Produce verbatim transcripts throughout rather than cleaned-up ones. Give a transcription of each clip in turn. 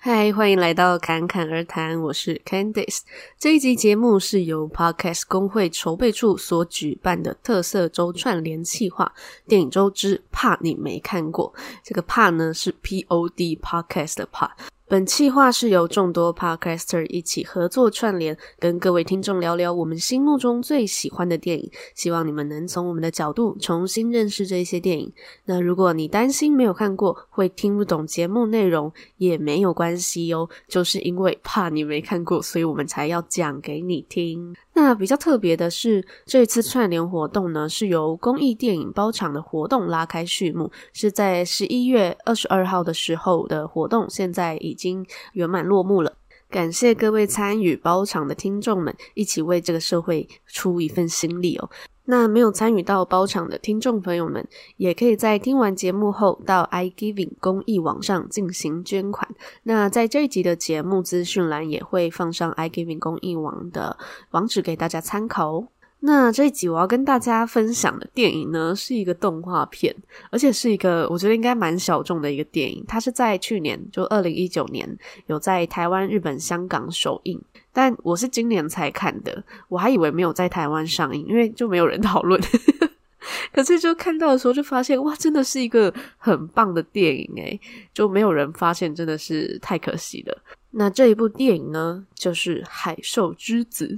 嗨，欢迎来到侃侃而谈，我是 Candice。这一集节目是由 Podcast 工会筹备处所举办的特色周串联企划电影周之怕你没看过。这个怕呢是 P O D Podcast 的怕。本企划是由众多 Podcaster 一起合作串联，跟各位听众聊聊我们心目中最喜欢的电影，希望你们能从我们的角度重新认识这些电影。那如果你担心没有看过，会听不懂节目内容，也没有关系哦，就是因为怕你没看过，所以我们才要讲给你听。那比较特别的是，这次串联活动呢，是由公益电影包场的活动拉开序幕，是在十一月二十二号的时候的活动，现在已经圆满落幕了。感谢各位参与包场的听众们，一起为这个社会出一份心力哦。那没有参与到包场的听众朋友们，也可以在听完节目后到 iGiving 公益网上进行捐款。那在这一集的节目资讯栏也会放上 iGiving 公益网的网址给大家参考哦。那这一集我要跟大家分享的电影呢，是一个动画片，而且是一个我觉得应该蛮小众的一个电影。它是在去年就二零一九年有在台湾、日本、香港首映，但我是今年才看的，我还以为没有在台湾上映，因为就没有人讨论可是就看到的时候就发现，哇，真的是一个很棒的电影诶，就没有人发现，真的是太可惜了。那这一部电影呢，就是《海兽之子》。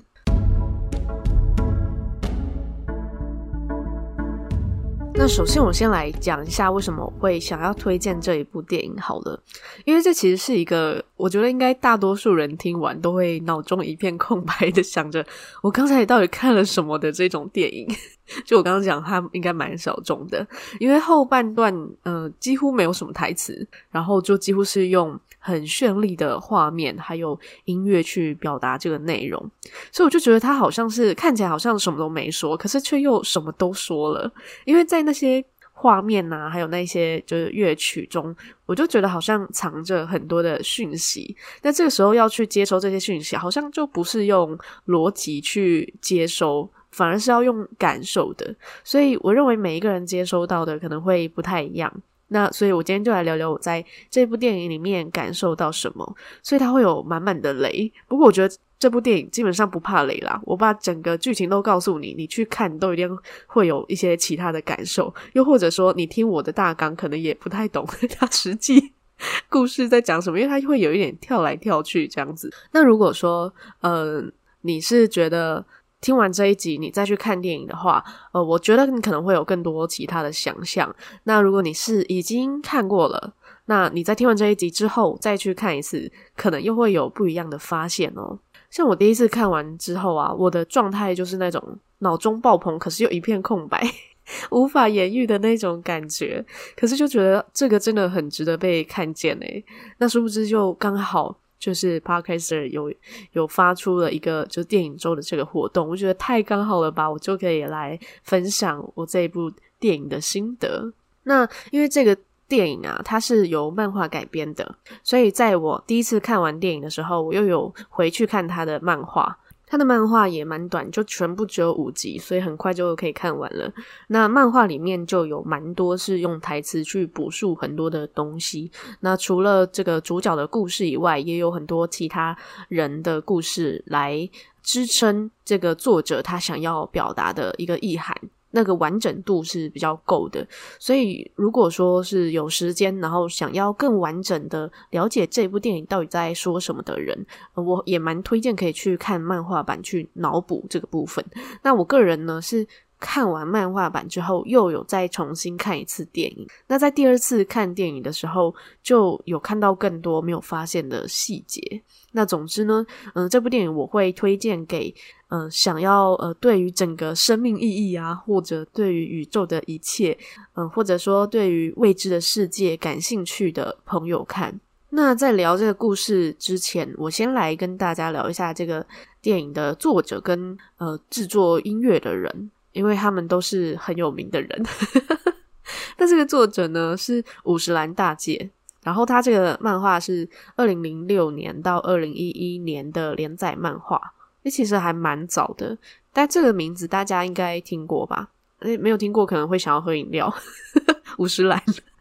那首先我先来讲一下为什么我会想要推荐这一部电影好了，因为这其实是一个我觉得应该大多数人听完都会脑中一片空白的想着我刚才到底看了什么的这种电影就我刚刚讲它应该蛮小众的，因为后半段呃几乎没有什么台词，然后就几乎是用很绚丽的画面还有音乐去表达这个内容，所以我就觉得他好像是看起来好像什么都没说，可是却又什么都说了。因为在那些画面啊还有那些就是乐曲中，我就觉得好像藏着很多的讯息，那这个时候要去接收这些讯息，好像就不是用逻辑去接收，反而是要用感受的，所以我认为每一个人接收到的可能会不太一样。那所以我今天就来聊聊我在这部电影里面感受到什么，所以它会有满满的雷，不过我觉得这部电影基本上不怕雷啦，我把整个剧情都告诉你，你去看都一定会有一些其他的感受，又或者说你听我的大纲可能也不太懂它实际故事在讲什么，因为它会有一点跳来跳去这样子。那如果说呃你是觉得听完这一集你再去看电影的话，呃，我觉得你可能会有更多其他的想象。那如果你是已经看过了，那你在听完这一集之后再去看一次，可能又会有不一样的发现哦。像我第一次看完之后啊，我的状态就是那种脑中爆棚，可是又一片空白无法言喻的那种感觉，可是就觉得这个真的很值得被看见诶。那殊不知就刚好就是 Podcaster 有有发出了一个就是电影周的这个活动，我觉得太刚好了吧，我就可以来分享我这一部电影的心得。那因为这个电影啊它是由漫画改编的，所以在我第一次看完电影的时候，我又有回去看它的漫画，它的漫画也蛮短，就全部只有五集，所以很快就可以看完了。那漫画里面就有蛮多是用台词去补述很多的东西，那除了这个主角的故事以外，也有很多其他人的故事来支撑这个作者他想要表达的一个意涵，那个完整度是比较够的。所以如果说是有时间然后想要更完整的了解这部电影到底在说什么的人，呃、我也蛮推荐可以去看漫画版去脑补这个部分。那我个人呢是看完漫画版之后又有再重新看一次电影，那在第二次看电影的时候就有看到更多没有发现的细节。那总之呢嗯、呃，这部电影我会推荐给呃想要呃对于整个生命意义啊，或者对于宇宙的一切嗯、呃，或者说对于未知的世界感兴趣的朋友看。那在聊这个故事之前，我先来跟大家聊一下这个电影的作者跟呃制作音乐的人，因为他们都是很有名的人那这个作者呢是五十岚大介，然后他这个漫画是二零零六年到二零一一年的连载漫画，其实还蛮早的，但这个名字大家应该听过吧？没有听过可能会想要喝饮料五十岚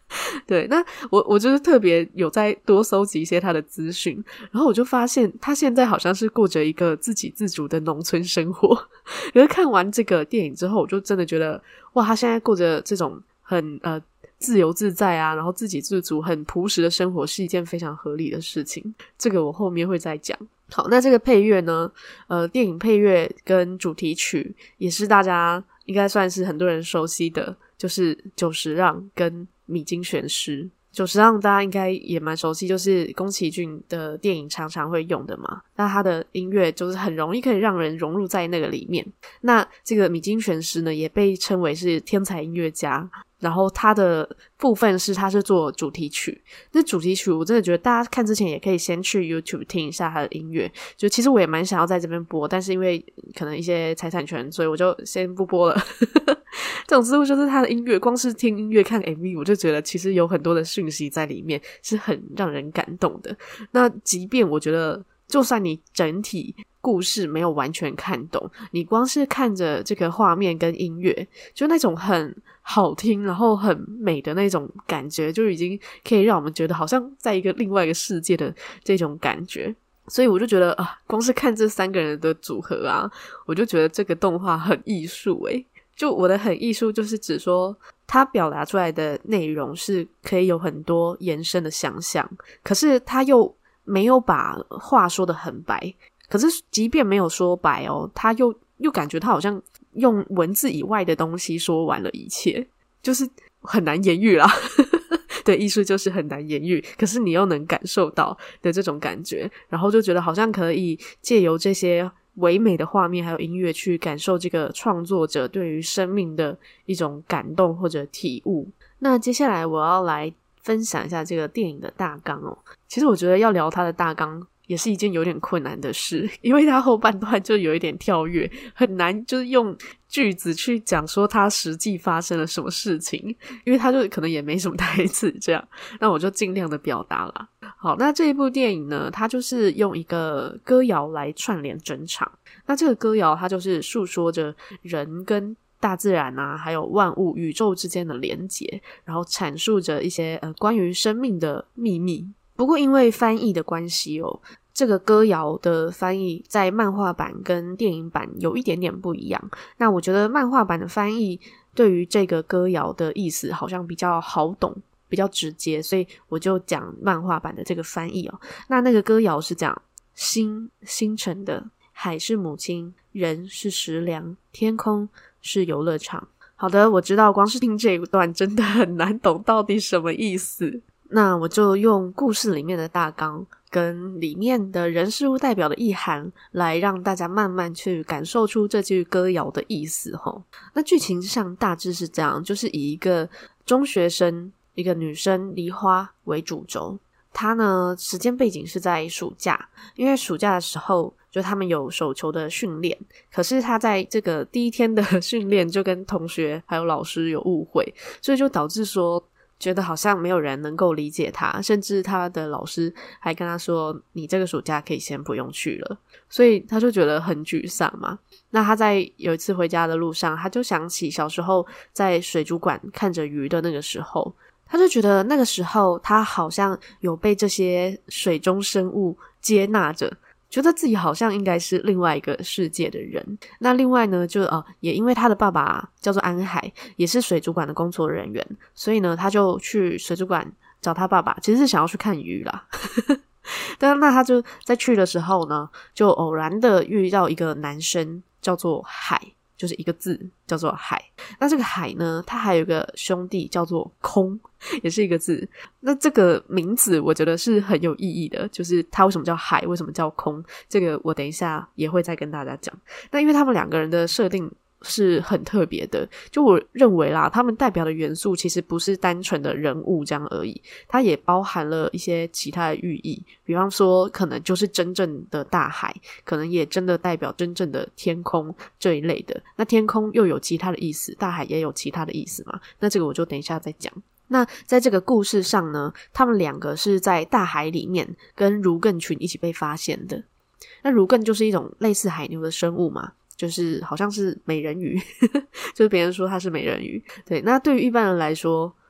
对，那我我就是特别有在多搜集一些他的资讯，然后我就发现他现在好像是过着一个自给自足的农村生活。可是看完这个电影之后，我就真的觉得哇，他现在过着这种很呃自由自在啊，然后自给自足很朴实的生活是一件非常合理的事情，这个我后面会再讲。好，那这个配乐呢呃，电影配乐跟主题曲也是大家应该算是很多人熟悉的，就是久石让跟米津玄师。久石让大家应该也蛮熟悉，就是宫崎骏的电影常常会用的嘛，那他的音乐就是很容易可以让人融入在那个里面。那这个米津玄师呢也被称为是天才音乐家，然后他的部分是他是做主题曲，那主题曲我真的觉得大家看之前也可以先去 YouTube 听一下他的音乐，就其实我也蛮想要在这边播，但是因为可能一些财产权，所以我就先不播了。这种似乎就是他的音乐，光是听音乐看 M V 我就觉得其实有很多的讯息在里面，是很让人感动的。那即便我觉得就算你整体故事没有完全看懂，你光是看着这个画面跟音乐，就那种很好听然后很美的那种感觉，就已经可以让我们觉得好像在一个另外一个世界的这种感觉。所以我就觉得啊，光是看这三个人的组合啊，我就觉得这个动画很艺术诶。就我的很艺术就是指说它表达出来的内容是可以有很多延伸的想象，可是它又没有把话说得很白，可是即便没有说白哦，他又又感觉他好像用文字以外的东西说完了一切，就是很难言喻啦。对，艺术就是很难言喻，可是你又能感受到的这种感觉，然后就觉得好像可以借由这些唯美的画面还有音乐去感受这个创作者对于生命的一种感动或者体悟。那接下来我要来分享一下这个电影的大纲哦。其实我觉得要聊它的大纲也是一件有点困难的事，因为它后半段就有一点跳跃，很难就是用句子去讲说它实际发生了什么事情，因为它就可能也没什么台词这样，那我就尽量的表达啦。好，那这一部电影呢，它就是用一个歌谣来串联整场。那这个歌谣它就是诉说着人跟大自然啊还有万物宇宙之间的连结，然后阐述着一些呃关于生命的秘密。不过因为翻译的关系哦，这个歌谣的翻译在漫画版跟电影版有一点点不一样。那我觉得漫画版的翻译对于这个歌谣的意思好像比较好懂，比较直接，所以我就讲漫画版的这个翻译哦。那那个歌谣是讲星星辰的，海是母亲，人是食粮，天空是游乐场。好的，我知道光是听这一段真的很难懂到底什么意思，那我就用故事里面的大纲跟里面的人事物代表的意涵来让大家慢慢去感受出这句歌谣的意思齁。那剧情上大致是这样，就是以一个中学生，一个女生梨花为主轴。她呢时间背景是在暑假，因为暑假的时候就他们有手球的训练，可是她在这个第一天的训练就跟同学还有老师有误会，所以就导致说觉得好像没有人能够理解他，甚至他的老师还跟他说你这个暑假可以先不用去了，所以他就觉得很沮丧嘛。那他在有一次回家的路上，他就想起小时候在水族馆看着鱼的那个时候，他就觉得那个时候他好像有被这些水中生物接纳着，觉得自己好像应该是另外一个世界的人。那另外呢就呃，也因为他的爸爸叫做安海，也是水族馆的工作人员，所以呢他就去水族馆找他爸爸，其实是想要去看鱼啦。但那他就在去的时候呢，就偶然的遇到一个男生叫做海，就是一个字叫做海。那这个海呢，他还有一个兄弟叫做空，也是一个字。那这个名字我觉得是很有意义的，就是他为什么叫海，为什么叫空，这个我等一下也会再跟大家讲。那因为他们两个人的设定是很特别的，就我认为啦，他们代表的元素其实不是单纯的人物这样而已，它也包含了一些其他的寓意，比方说可能就是真正的大海，可能也真的代表真正的天空这一类的。那天空又有其他的意思，大海也有其他的意思嘛，那这个我就等一下再讲。那在这个故事上呢，他们两个是在大海里面跟儒艮群一起被发现的。那儒艮就是一种类似海牛的生物嘛，就是好像是美人鱼就是别人说它是美人鱼。对，那对于一般人来说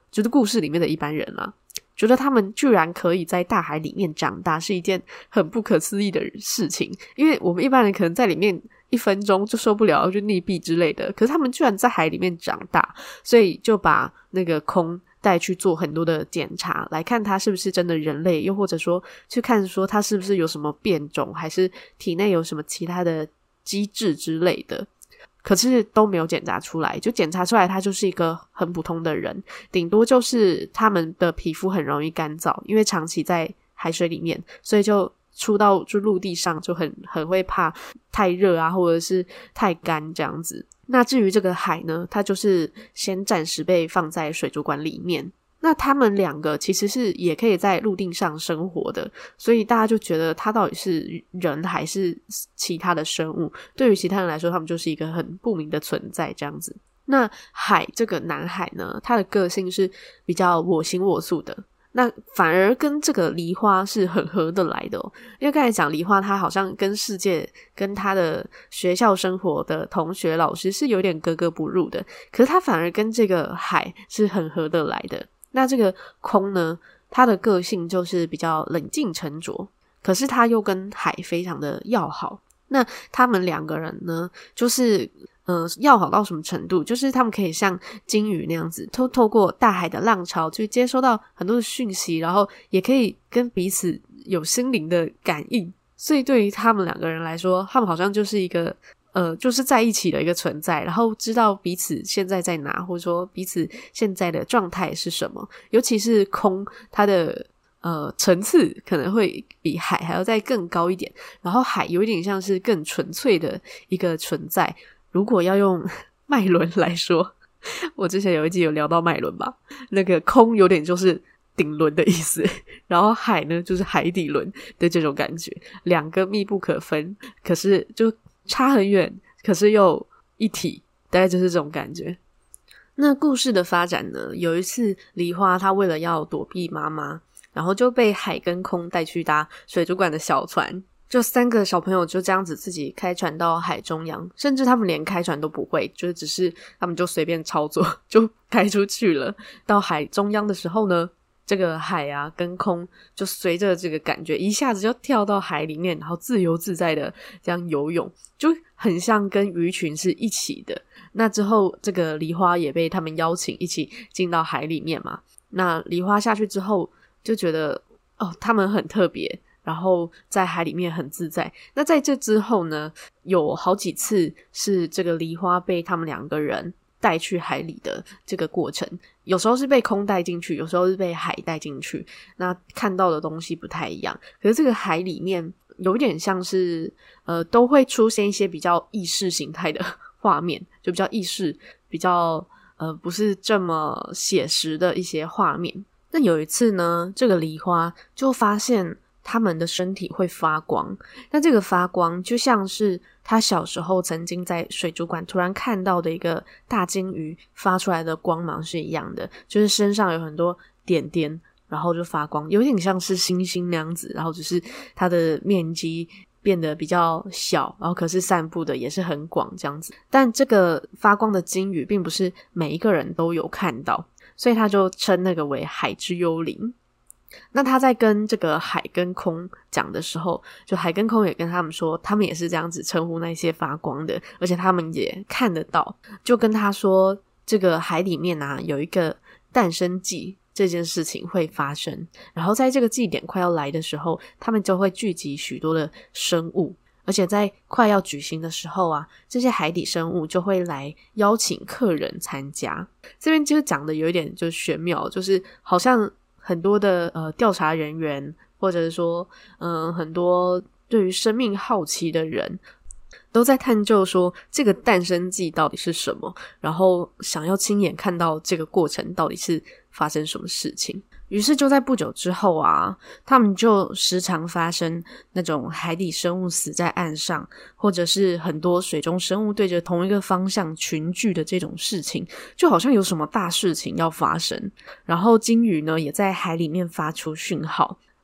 就是故事里面的一般人啦，觉得他们居然可以在大海里面长大是一件很不可思议的事情，因为我们一般人可能在里面一分钟就受不了就溺毙之类的，可是他们居然在海里面长大，所以就把那个空带去做很多的检查，来看他是不是真的人类，又或者说去看说他是不是有什么变种，还是体内有什么其他的机制之类的，可是都没有检查出来，就检查出来他就是一个很普通的人，顶多就是他们的皮肤很容易干燥，因为长期在海水里面，所以就出到就陆地上就很很会怕太热啊，或者是太干这样子。那至于这个海呢，它就是先暂时被放在水族馆里面，那他们两个其实是也可以在陆地上生活的，所以大家就觉得他到底是人还是其他的生物，对于其他人来说他们就是一个很不明的存在这样子。那海这个男孩呢，他的个性是比较我行我素的，那反而跟这个梨花是很合得来的哦，因为刚才讲梨花他好像跟世界跟他的学校生活的同学老师是有点格格不入的，可是他反而跟这个海是很合得来的。那这个空呢，他的个性就是比较冷静沉着，可是他又跟海非常的要好。那他们两个人呢，就是呃，要好到什么程度，就是他们可以像鲸鱼那样子透透过大海的浪潮去接收到很多的讯息，然后也可以跟彼此有心灵的感应，所以对于他们两个人来说，他们好像就是一个呃，就是在一起的一个存在，然后知道彼此现在在哪，或者说彼此现在的状态是什么。尤其是空，它的呃层次可能会比海还要再更高一点，然后海有一点像是更纯粹的一个存在。如果要用脉轮来说，我之前有一集有聊到脉轮吧，那个空有点就是顶轮的意思，然后海呢就是海底轮的这种感觉，两个密不可分，可是就差很远，可是又一体，大概就是这种感觉。那故事的发展呢，有一次梨花她为了要躲避妈妈，然后就被海跟空带去搭水族馆的小船，就三个小朋友就这样子自己开船到海中央，甚至他们连开船都不会，就是只是他们就随便操作就开出去了。到海中央的时候呢，这个海啊跟空就随着这个感觉一下子就跳到海里面，然后自由自在的这样游泳，就很像跟鱼群是一起的。那之后这个梨花也被他们邀请一起进到海里面嘛，那梨花下去之后就觉得哦，他们很特别，然后在海里面很自在。那在这之后呢，有好几次是这个梨花被他们两个人带去海里的这个过程，有时候是被空带进去，有时候是被海带进去，那看到的东西不太一样。可是这个海里面有点像是呃，都会出现一些比较意识形态的画面，就比较意识比较呃不是这么写实的一些画面。那有一次呢，这个梨花就发现他们的身体会发光，那这个发光就像是他小时候曾经在水族馆突然看到的一个大鲸鱼发出来的光芒是一样的，就是身上有很多点点，然后就发光，有点像是星星那样子，然后只是它的面积变得比较小，然后可是散布的也是很广这样子。但这个发光的鲸鱼并不是每一个人都有看到，所以他就称那个为海之幽灵。那他在跟这个海跟空讲的时候，就海跟空也跟他们说他们也是这样子称呼那些发光的，而且他们也看得到，就跟他说这个海里面啊有一个诞生季这件事情会发生，然后在这个祭典快要来的时候，他们就会聚集许多的生物，而且在快要举行的时候啊，这些海底生物就会来邀请客人参加。这边就讲的有一点就玄妙，就是好像很多的呃调查人员，或者是说嗯、呃、很多对于生命好奇的人都在探究说这个诞生季到底是什么，然后想要亲眼看到这个过程到底是发生什么事情。于是就在不久之后啊，他们就时常发生那种海底生物死在岸上，或者是很多水中生物对着同一个方向群聚的这种事情，就好像有什么大事情要发生。然后鲸鱼呢也在海里面发出讯号，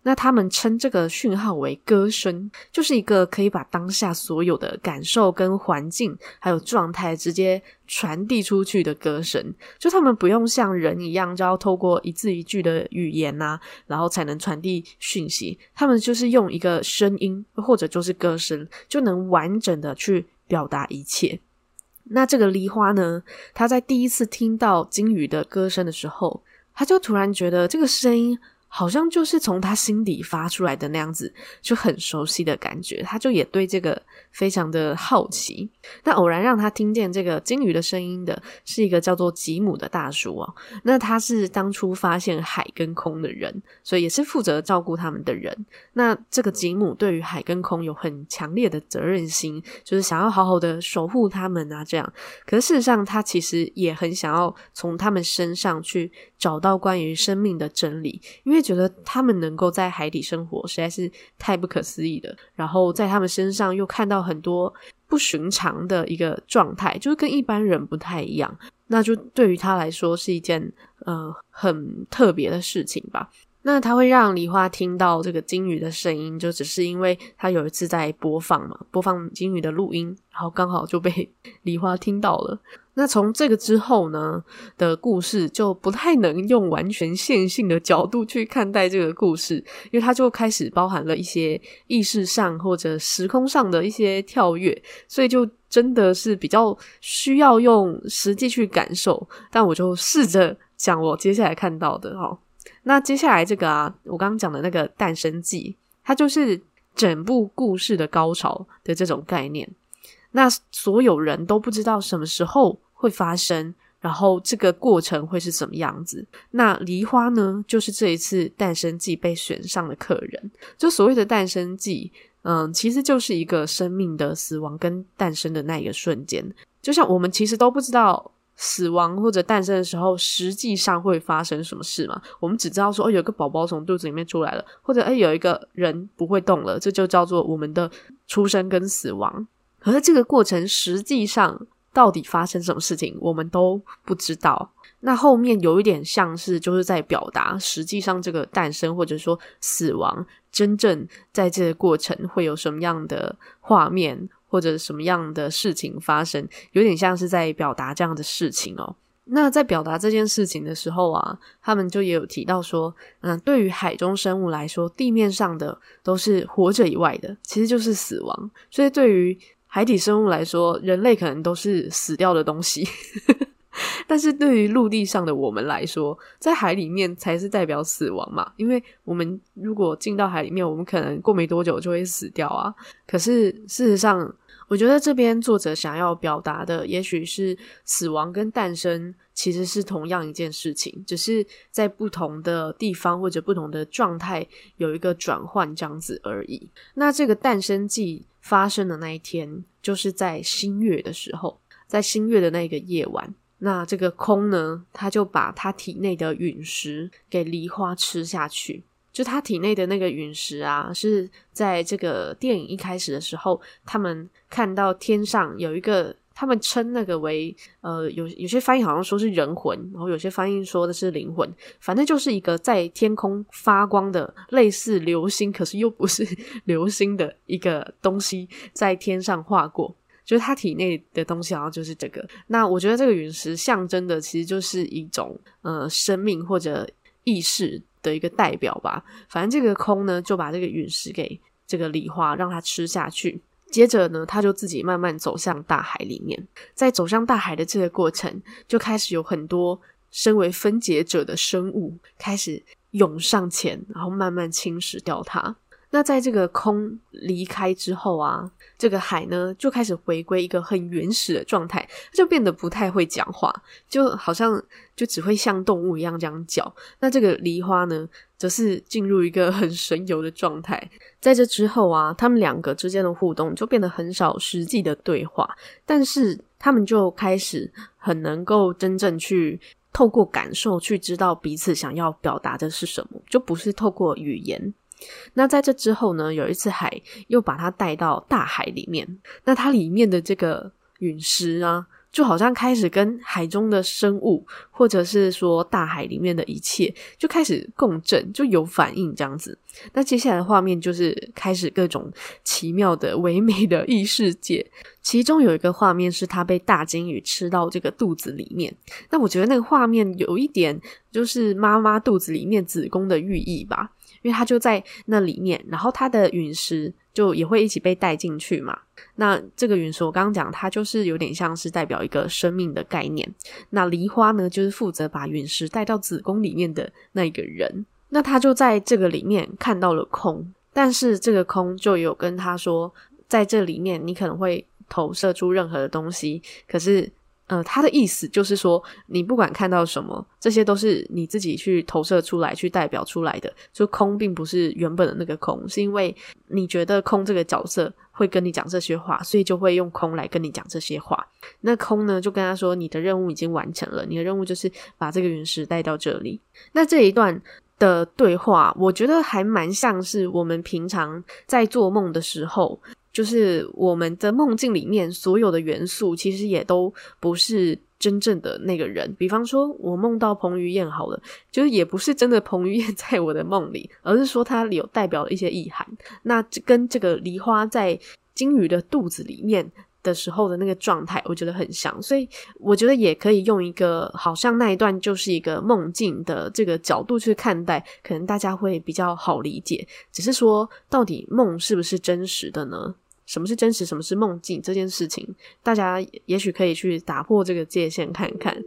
那他们称这个讯号为歌声，就是一个可以把当下所有的感受跟环境还有状态直接传递出去的歌声。就他们不用像人一样就要透过一字一句的语言啊，然后才能传递讯息，他们就是用一个声音或者就是歌声就能完整的去表达一切。那这个梨花呢，他在第一次听到鲸鱼的歌声的时候，他就突然觉得这个声音好像就是从他心底发出来的那样子，就很熟悉的感觉，他就也对这个非常的好奇。那偶然让他听见这个鲸鱼的声音的是一个叫做吉姆的大叔哦，那他是当初发现海跟空的人，所以也是负责照顾他们的人。那这个吉姆对于海跟空有很强烈的责任心，就是想要好好的守护他们啊这样。可是事实上他其实也很想要从他们身上去找到关于生命的真理，因为觉得他们能够在海底生活实在是太不可思议了，然后在他们身上又看到很多不寻常的一个状态，就是跟一般人不太一样，那就对于他来说是一件呃很特别的事情吧。那他会让梨花听到这个鲸鱼的声音，就只是因为他有一次在播放嘛，播放鲸鱼的录音，然后刚好就被梨花听到了。那从这个之后呢的故事就不太能用完全线性的角度去看待这个故事，因为它就开始包含了一些意识上或者时空上的一些跳跃，所以就真的是比较需要用实际去感受。但我就试着讲我接下来看到的齁。那接下来这个啊，我刚刚讲的那个诞生记，它就是整部故事的高潮的这种概念。那所有人都不知道什么时候会发生，然后这个过程会是什么样子。那梨花呢，就是这一次诞生季被选上的客人。就所谓的诞生季，嗯，其实就是一个生命的死亡跟诞生的那一个瞬间。就像我们其实都不知道死亡或者诞生的时候实际上会发生什么事嘛，我们只知道说哦，有一个宝宝从肚子里面出来了，或者诶有一个人不会动了，这就叫做我们的出生跟死亡。可是这个过程实际上到底发生什么事情我们都不知道。那后面有一点像是就是在表达实际上这个诞生或者说死亡真正在这个过程会有什么样的画面或者什么样的事情发生，有点像是在表达这样的事情哦。那在表达这件事情的时候啊，他们就也有提到说嗯，对于海中生物来说，地面上的都是活着以外的其实就是死亡，所以对于海底生物来说，人类可能都是死掉的东西但是对于陆地上的我们来说，在海里面才是代表死亡嘛，因为我们如果进到海里面，我们可能过没多久就会死掉啊。可是事实上我觉得这边作者想要表达的也许是死亡跟诞生其实是同样一件事情，只是在不同的地方或者不同的状态有一个转换这样子而已。那这个诞生季发生的那一天就是在新月的时候，在新月的那个夜晚，那这个空呢，他就把他体内的陨石给梨花吃下去。就他体内的那个陨石啊，是在这个电影一开始的时候，他们看到天上有一个，他们称那个为呃，有有些翻译好像说是人魂，然后有些翻译说的是灵魂，反正就是一个在天空发光的类似流星可是又不是流星的一个东西在天上划过，就是他体内的东西好像就是这个。那我觉得这个陨石象征的其实就是一种呃生命或者意识的一个代表吧。反正这个空呢就把这个陨石给这个梨花让它吃下去，接着呢他就自己慢慢走向大海里面。在走向大海的这个过程，就开始有很多身为分解者的生物开始涌上前，然后慢慢侵蚀掉它。那在这个空离开之后啊，这个海呢就开始回归一个很原始的状态，就变得不太会讲话，就好像就只会像动物一样这样叫。那这个梨花呢则是进入一个很神游的状态。在这之后啊，他们两个之间的互动就变得很少实际的对话，但是他们就开始很能够真正去透过感受去知道彼此想要表达的是什么，就不是透过语言。那在这之后呢，有一次海又把它带到大海里面，那它里面的这个陨石啊就好像开始跟海中的生物或者是说大海里面的一切就开始共振，就有反应这样子。那接下来的画面就是开始各种奇妙的唯美的异世界，其中有一个画面是他被大鲸鱼吃到这个肚子里面，那我觉得那个画面有一点就是妈妈肚子里面子宫的寓意吧，因为他就在那里面，然后他的陨石就也会一起被带进去嘛。那这个陨石我刚刚讲它就是有点像是代表一个生命的概念，那梨花呢就是负责把陨石带到子宫里面的那一个人。那他就在这个里面看到了空，但是这个空就有跟他说在这里面你可能会投射出任何的东西，可是呃，他的意思就是说你不管看到什么，这些都是你自己去投射出来去代表出来的，就空并不是原本的那个空，是因为你觉得空这个角色会跟你讲这些话，所以就会用空来跟你讲这些话。那空呢就跟他说你的任务已经完成了，你的任务就是把这个陨石带到这里。那这一段的对话我觉得还蛮像是我们平常在做梦的时候，就是我们的梦境里面所有的元素其实也都不是真正的那个人。比方说我梦到彭于晏好了，就是也不是真的彭于晏在我的梦里，而是说它有代表了一些意涵。那跟这个梨花在鲸鱼的肚子里面的时候的那个状态我觉得很像，所以我觉得也可以用一个好像那一段就是一个梦境的这个角度去看待，可能大家会比较好理解。只是说到底梦是不是真实的呢？什么是真实，什么是梦境，这件事情大家也许可以去打破这个界限看看。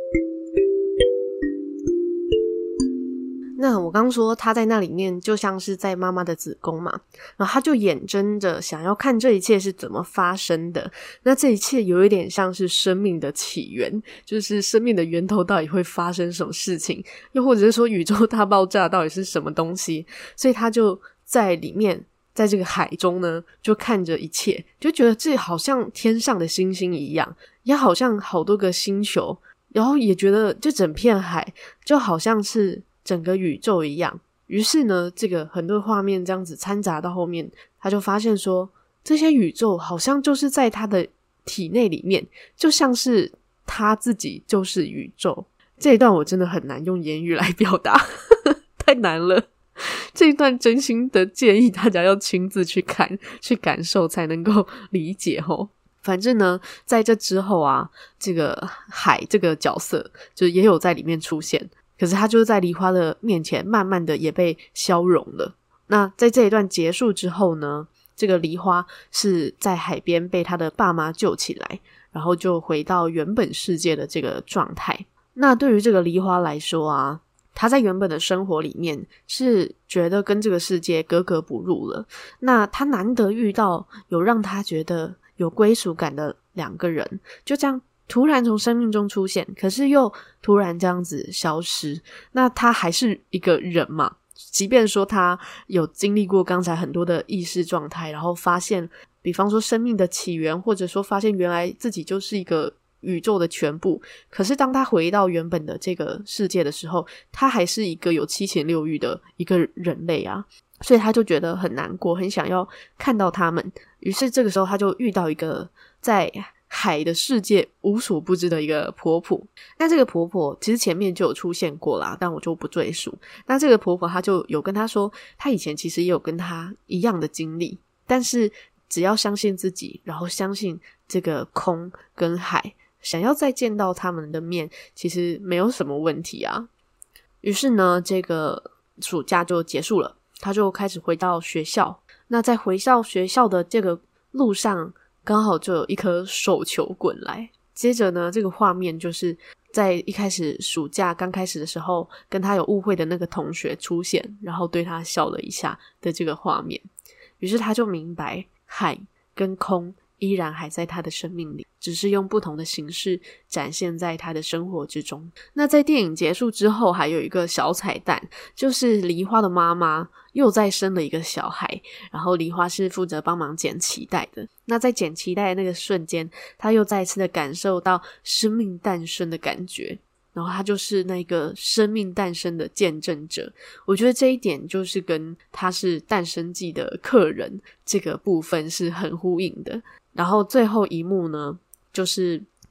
那我刚说他在那里面就像是在妈妈的子宫嘛，然后他就眼睁着想要看这一切是怎么发生的。那这一切有一点像是生命的起源，就是生命的源头到底会发生什么事情，又或者是说宇宙大爆炸到底是什么东西。所以他就在里面在这个海中呢就看着一切，就觉得这好像天上的星星一样，也好像好多个星球，然后也觉得就整片海就好像是整个宇宙一样。于是呢这个很多画面这样子掺杂到后面，他就发现说这些宇宙好像就是在他的体内里面，就像是他自己就是宇宙。这一段我真的很难用言语来表达太难了，这一段真心的建议大家要亲自去看去感受才能够理解齁。反正呢在这之后啊，这个海这个角色就也有在里面出现，可是他就是在梨花的面前慢慢的也被消融了。那在这一段结束之后呢，这个梨花是在海边被他的爸妈救起来，然后就回到原本世界的这个状态。那对于这个梨花来说啊，他在原本的生活里面是觉得跟这个世界格格不入了，那他难得遇到有让他觉得有归属感的两个人，就这样突然从生命中出现，可是又突然这样子消失。那他还是一个人嘛，即便说他有经历过刚才很多的意识状态，然后发现比方说生命的起源，或者说发现原来自己就是一个宇宙的全部，可是当他回到原本的这个世界的时候，他还是一个有七情六欲的一个人类啊，所以他就觉得很难过，很想要看到他们。于是这个时候他就遇到一个在海的世界无所不知的一个婆婆。那这个婆婆其实前面就有出现过啦，但我就不赘述。那这个婆婆她就有跟她说，她以前其实也有跟她一样的经历，但是只要相信自己，然后相信这个空跟海，想要再见到他们的面其实没有什么问题啊。于是呢这个暑假就结束了，她就开始回到学校。那在回到学校的这个路上，刚好就有一颗手球滚来。接着呢这个画面就是在一开始暑假刚开始的时候跟他有误会的那个同学出现，然后对他笑了一下的这个画面。于是他就明白海跟空依然还在他的生命里，只是用不同的形式展现在他的生活之中。那在电影结束之后还有一个小彩蛋，就是梨花的妈妈又再生了一个小孩，然后梨花是负责帮忙剪脐带的。那在剪脐带的那个瞬间，他又再次的感受到生命诞生的感觉，然后他就是那个生命诞生的见证者。我觉得这一点就是跟他是诞生季的客人这个部分是很呼应的。然后最后一幕呢，就是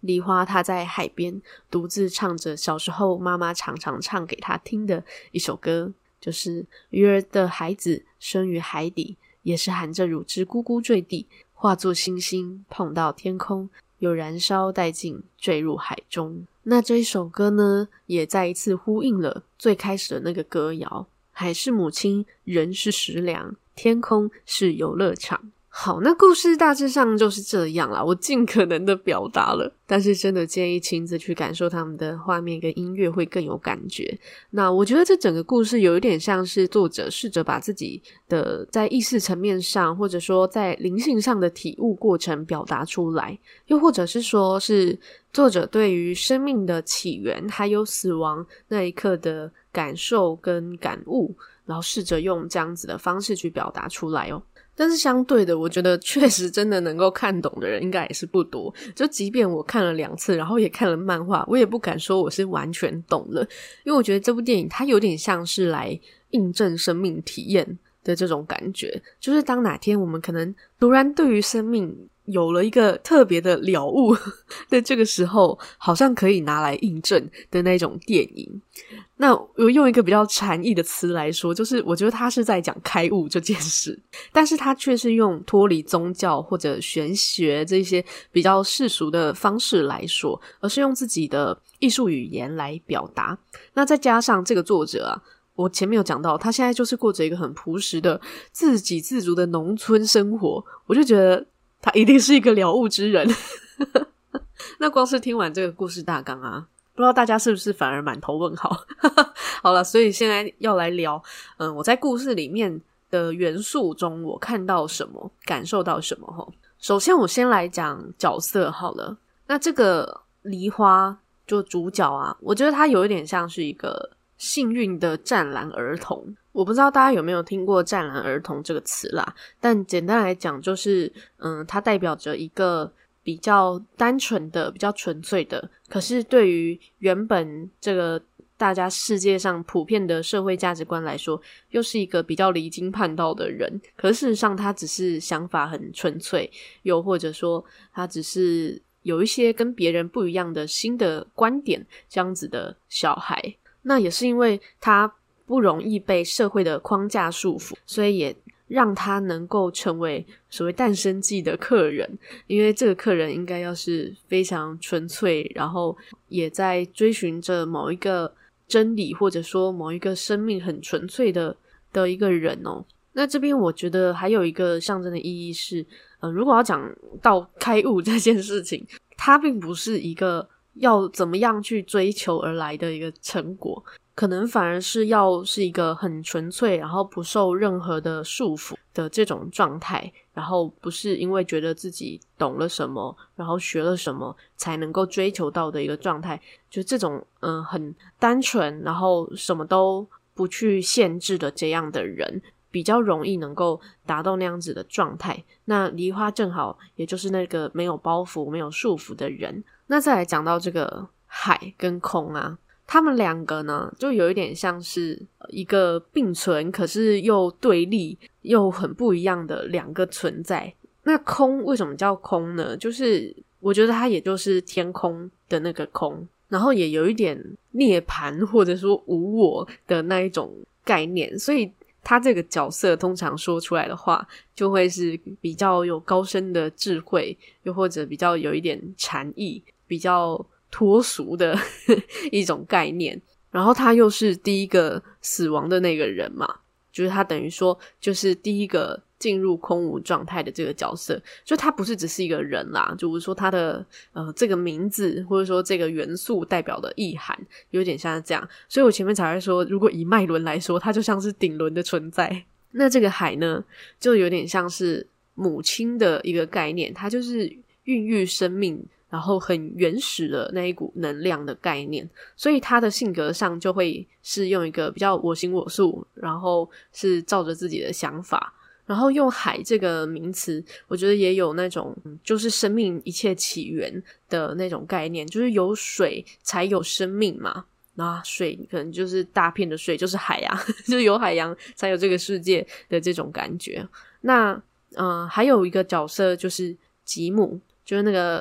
梨花她在海边独自唱着小时候妈妈常常唱给她听的一首歌，就是鱼儿的孩子生于海底，也是含着乳汁咕咕坠地，化作星星碰到天空，有燃烧殆尽坠入海中。那这一首歌呢，也再一次呼应了最开始的那个歌谣，海是母亲，人是食粮，天空是游乐场。好，那故事大致上就是这样啦，我尽可能的表达了，但是真的建议亲自去感受他们的画面跟音乐会更有感觉。那我觉得这整个故事有一点像是作者试着把自己的在意识层面上或者说在灵性上的体悟过程表达出来，又或者是说是作者对于生命的起源还有死亡那一刻的感受跟感悟，然后试着用这样子的方式去表达出来哦。但是相对的，我觉得确实真的能够看懂的人应该也是不多，就即便我看了两次，然后也看了漫画，我也不敢说我是完全懂了，因为我觉得这部电影它有点像是来印证生命体验的这种感觉，就是当哪天我们可能突然对于生命有了一个特别的了悟在这个时候好像可以拿来印证的那种电影。那我用一个比较禅意的词来说，就是我觉得他是在讲开悟这件事，但是他却是用脱离宗教或者玄学这些比较世俗的方式来说，而是用自己的艺术语言来表达。那再加上这个作者啊，我前面有讲到他现在就是过着一个很朴实的自给自足的农村生活，我就觉得他一定是一个了悟之人那光是听完这个故事大纲啊，不知道大家是不是反而满头问号好了，所以现在要来聊嗯，我在故事里面的元素中我看到什么，感受到什么齁。首先我先来讲角色好了。那这个梨花就主角啊，我觉得他有一点像是一个幸运的湛蓝儿童。我不知道大家有没有听过湛蓝儿童这个词啦，但简单来讲就是嗯，它代表着一个比较单纯的比较纯粹的，可是对于原本这个大家世界上普遍的社会价值观来说又是一个比较离经叛道的人，可是事实上他只是想法很纯粹，又或者说他只是有一些跟别人不一样的新的观点这样子的小孩。那也是因为他不容易被社会的框架束缚，所以也让他能够成为所谓诞生季的客人，因为这个客人应该要是非常纯粹，然后也在追寻着某一个真理，或者说某一个生命很纯粹的的一个人哦。那这边我觉得还有一个象征的意义是呃，如果要讲到开悟这件事情，它并不是一个要怎么样去追求而来的一个成果，可能反而是要是一个很纯粹然后不受任何的束缚的这种状态，然后不是因为觉得自己懂了什么然后学了什么才能够追求到的一个状态，就这种嗯、呃、很单纯然后什么都不去限制的这样的人比较容易能够达到那样子的状态。那梨花正好也就是那个没有包袱没有束缚的人。那再来讲到这个海跟空啊，他们两个呢就有一点像是一个并存可是又对立又很不一样的两个存在。那空为什么叫空呢？就是我觉得它也就是天空的那个空，然后也有一点涅槃或者说无我的那一种概念，所以他这个角色通常说出来的话就会是比较有高深的智慧，又或者比较有一点禅意，比较脱俗的一种概念。然后他又是第一个死亡的那个人嘛，就是他等于说就是第一个进入空无状态的这个角色，就他不是只是一个人啦，就是说他的呃这个名字或者说这个元素代表的意涵有点像是这样，所以我前面才会说如果以脉轮来说它就像是顶轮的存在。那这个海呢就有点像是母亲的一个概念，它就是孕育生命然后很原始的那一股能量的概念，所以他的性格上就会是用一个比较我行我素，然后是照着自己的想法。然后用海这个名词我觉得也有那种就是生命一切起源的那种概念，就是有水才有生命嘛，那水可能就是大片的水就是海啊就是有海洋才有这个世界的这种感觉。那呃，还有一个角色就是吉姆，就是那个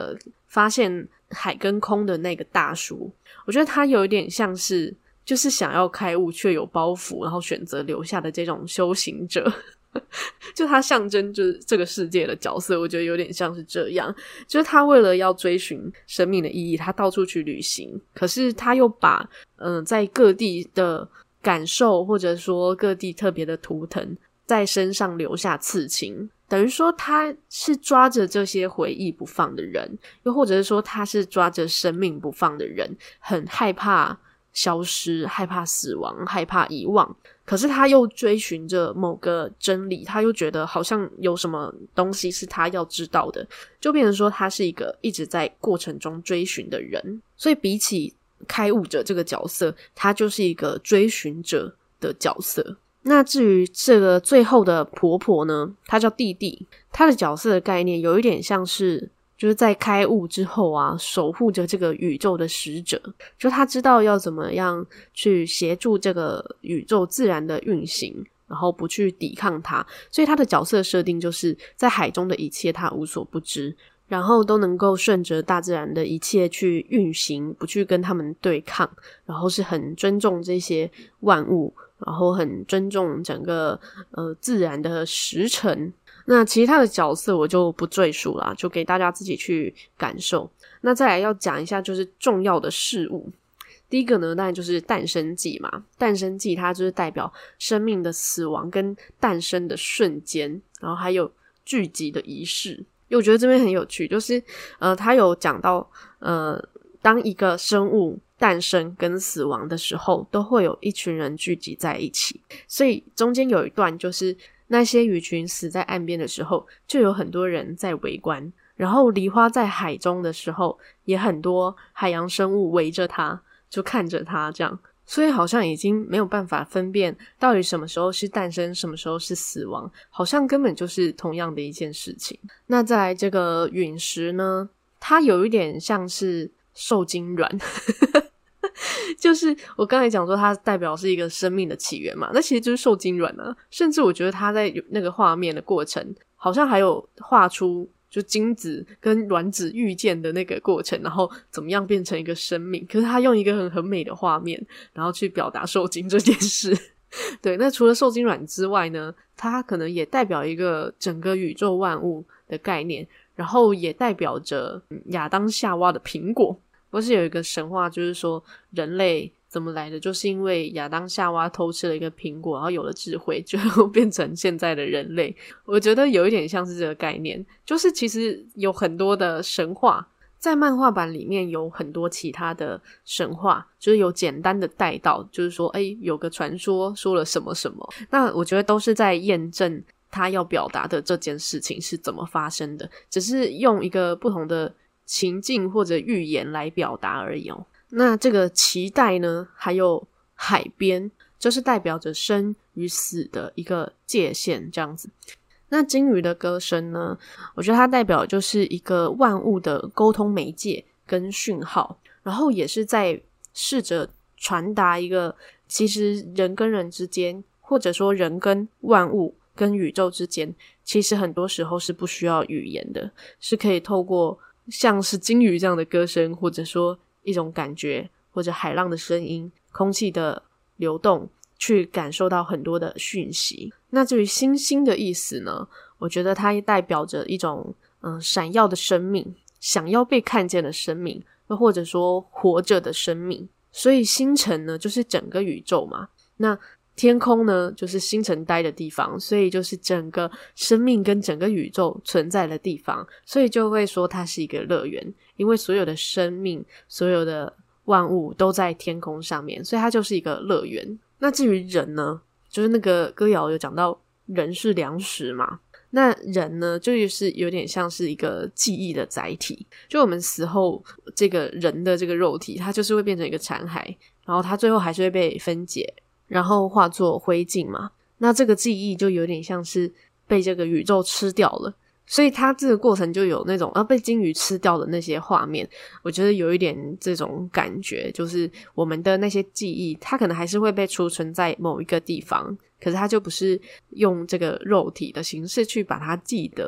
发现海跟空的那个大叔，我觉得他有一点像是就是想要开悟却有包袱，然后选择留下的这种修行者就他象征就是这个世界的角色，我觉得有点像是这样，就是他为了要追寻生命的意义，他到处去旅行，可是他又把嗯、呃，在各地的感受或者说各地特别的图腾在身上留下刺青，等于说他是抓着这些回忆不放的人，又或者是说他是抓着生命不放的人，很害怕消失，害怕死亡，害怕遗忘，可是他又追寻着某个真理，他又觉得好像有什么东西是他要知道的，就变成说他是一个一直在过程中追寻的人。所以比起开悟者这个角色，他就是一个追寻者的角色。那至于这个最后的婆婆呢，她叫弟弟，她的角色的概念有一点像是就是在开悟之后啊，守护着这个宇宙的使者，就他知道要怎么样去协助这个宇宙自然的运行，然后不去抵抗它，所以他的角色设定就是在海中的一切他无所不知，然后都能够顺着大自然的一切去运行，不去跟他们对抗，然后是很尊重这些万物，然后很尊重整个呃自然的时辰。那其他的角色我就不赘述啦，就给大家自己去感受。那再来要讲一下就是重要的事物。第一个呢，当然就是诞生祭嘛。诞生祭它就是代表生命的死亡跟诞生的瞬间，然后还有聚集的仪式。因为我觉得这边很有趣，就是呃，他有讲到呃，当一个生物诞生跟死亡的时候，都会有一群人聚集在一起。所以中间有一段就是那些鱼群死在岸边的时候，就有很多人在围观，然后梨花在海中的时候，也很多海洋生物围着它，就看着它这样。所以好像已经没有办法分辨到底什么时候是诞生，什么时候是死亡，好像根本就是同样的一件事情。那再来这个陨石呢，它有一点像是受精卵就是我刚才讲说它代表是一个生命的起源嘛，那其实就是受精卵啊。甚至我觉得它在那个画面的过程好像还有画出就精子跟卵子遇见的那个过程，然后怎么样变成一个生命，可是他用一个很很美的画面然后去表达受精这件事对，那除了受精卵之外呢，它可能也代表一个整个宇宙万物的概念，然后也代表着亚当夏娃的苹果。不是有一个神话就是说人类怎么来的，就是因为亚当夏娃偷吃了一个苹果，然后有了智慧，就变成现在的人类。我觉得有一点像是这个概念，就是其实有很多的神话在漫画版里面，有很多其他的神话就是有简单的带到，就是说诶有个传说说了什么什么，那我觉得都是在验证他要表达的这件事情是怎么发生的，只是用一个不同的情境或者寓言来表达而已哦。那这个脐带呢，还有海边，就是代表着生与死的一个界限这样子。那鲸鱼的歌声呢，我觉得它代表就是一个万物的沟通媒介跟讯号，然后也是在试着传达一个其实人跟人之间，或者说人跟万物跟宇宙之间，其实很多时候是不需要语言的，是可以透过像是鲸鱼这样的歌声，或者说一种感觉，或者海浪的声音，空气的流动，去感受到很多的讯息。那至于星星的意思呢，我觉得它也代表着一种嗯闪耀的生命，想要被看见的生命，又或者说活着的生命。所以星辰呢就是整个宇宙嘛，那天空呢就是星辰待的地方，所以就是整个生命跟整个宇宙存在的地方，所以就会说它是一个乐园，因为所有的生命，所有的万物都在天空上面，所以它就是一个乐园。那至于人呢，就是那个歌谣有讲到人是粮食嘛，那人呢就是有点像是一个记忆的载体，就我们死后这个人的这个肉体，它就是会变成一个残骸，然后它最后还是会被分解，然后化作灰烬嘛，那这个记忆就有点像是被这个宇宙吃掉了，所以它这个过程就有那种要被鲸鱼吃掉的那些画面，我觉得有一点这种感觉，就是我们的那些记忆它可能还是会被储存在某一个地方，可是它就不是用这个肉体的形式去把它记得，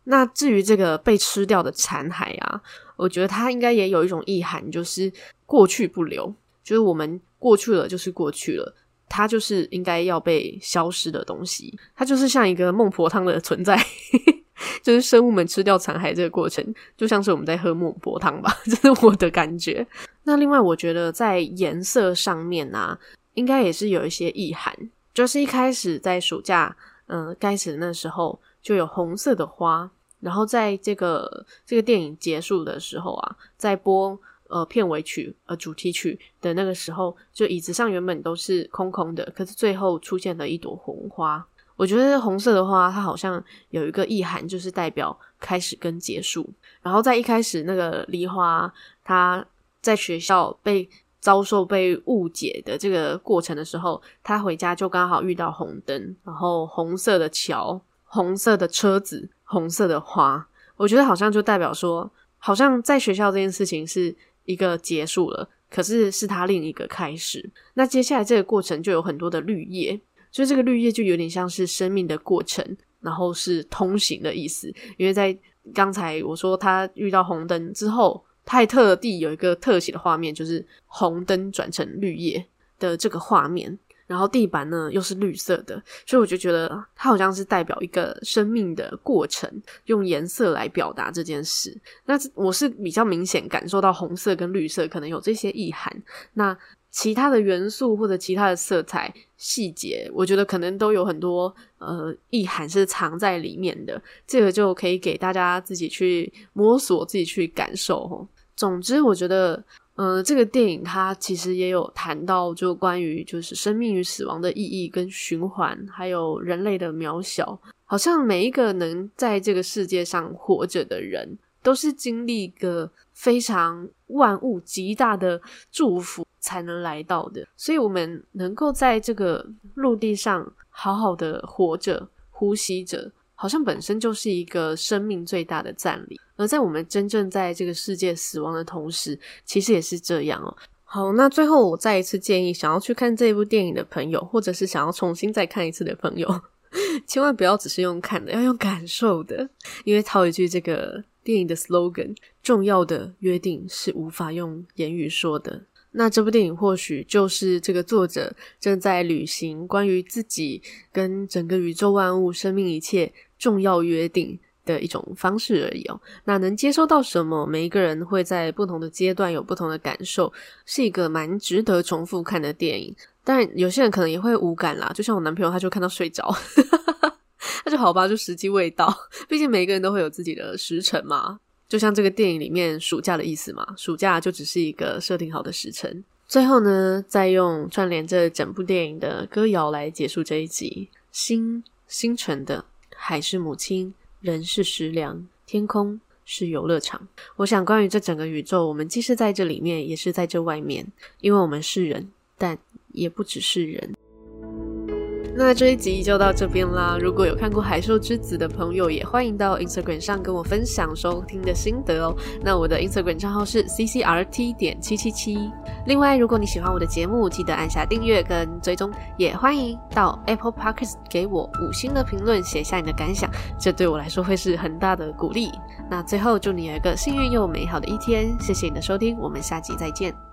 那至于这个被吃掉的残骸啊，我觉得它应该也有一种意涵，就是过去不留，就是我们过去了就是过去了，它就是应该要被消失的东西，它就是像一个孟婆汤的存在就是生物们吃掉残骸这个过程就像是我们在喝孟婆汤吧，这是我的感觉。那另外我觉得在颜色上面啊，应该也是有一些意涵，就是一开始在暑假嗯，开始那时候就有红色的花，然后在这个这个电影结束的时候啊，在播呃片尾曲呃主题曲的那个时候，就椅子上原本都是空空的，可是最后出现了一朵红花。我觉得红色的花它好像有一个意涵，就是代表开始跟结束。然后在一开始那个梨花它在学校被遭受被误解的这个过程的时候，他回家就刚好遇到红灯，然后红色的桥，红色的车子，红色的花，我觉得好像就代表说，好像在学校这件事情是一个结束了，可是是他另一个开始。那接下来这个过程就有很多的绿叶，所以这个绿叶就有点像是生命的过程，然后是通行的意思。因为在刚才我说他遇到红灯之后，他还特地有一个特写的画面，就是红灯转成绿叶的这个画面，然后地板呢又是绿色的，所以我就觉得它好像是代表一个生命的过程，用颜色来表达这件事。那我是比较明显感受到红色跟绿色可能有这些意涵，那其他的元素或者其他的色彩细节，我觉得可能都有很多呃意涵是藏在里面的，这个就可以给大家自己去摸索，自己去感受齁。总之我觉得呃，这个电影它其实也有谈到就关于就是生命与死亡的意义跟循环，还有人类的渺小，好像每一个能在这个世界上活着的人都是经历一个非常万物极大的祝福才能来到的，所以我们能够在这个陆地上好好的活着呼吸着，好像本身就是一个生命最大的赞礼。而在我们真正在这个世界死亡的同时，其实也是这样哦。好，那最后我再一次建议想要去看这部电影的朋友，或者是想要重新再看一次的朋友，千万不要只是用看的，要用感受的。因为套一句这个电影的 slogan， 重要的约定是无法用言语说的。那这部电影或许就是这个作者正在履行关于自己跟整个宇宙万物生命一切重要约定的一种方式而已哦。那能接收到什么，每一个人会在不同的阶段有不同的感受，是一个蛮值得重复看的电影。当然有些人可能也会无感啦，就像我男朋友他就看到睡着那就好吧，就时机未到，毕竟每一个人都会有自己的时辰嘛，就像这个电影里面暑假的意思嘛，暑假就只是一个设定好的时辰。最后呢，再用串联这整部电影的歌谣来结束这一集。星星辰的，海是母亲，人是食粮，天空是游乐场。我想关于这整个宇宙，我们既是在这里面，也是在这外面，因为我们是人，但也不只是人。那这一集就到这边啦，如果有看过海兽之子的朋友，也欢迎到 Instagram 上跟我分享收听的心得哦。那我的 Instagram 账号是 C C R T 点七七七。另外如果你喜欢我的节目，记得按下订阅跟追踪，也欢迎到 Apple Podcast 给我五星的评论，写下你的感想，这对我来说会是很大的鼓励。那最后祝你有一个幸运又美好的一天，谢谢你的收听，我们下集再见。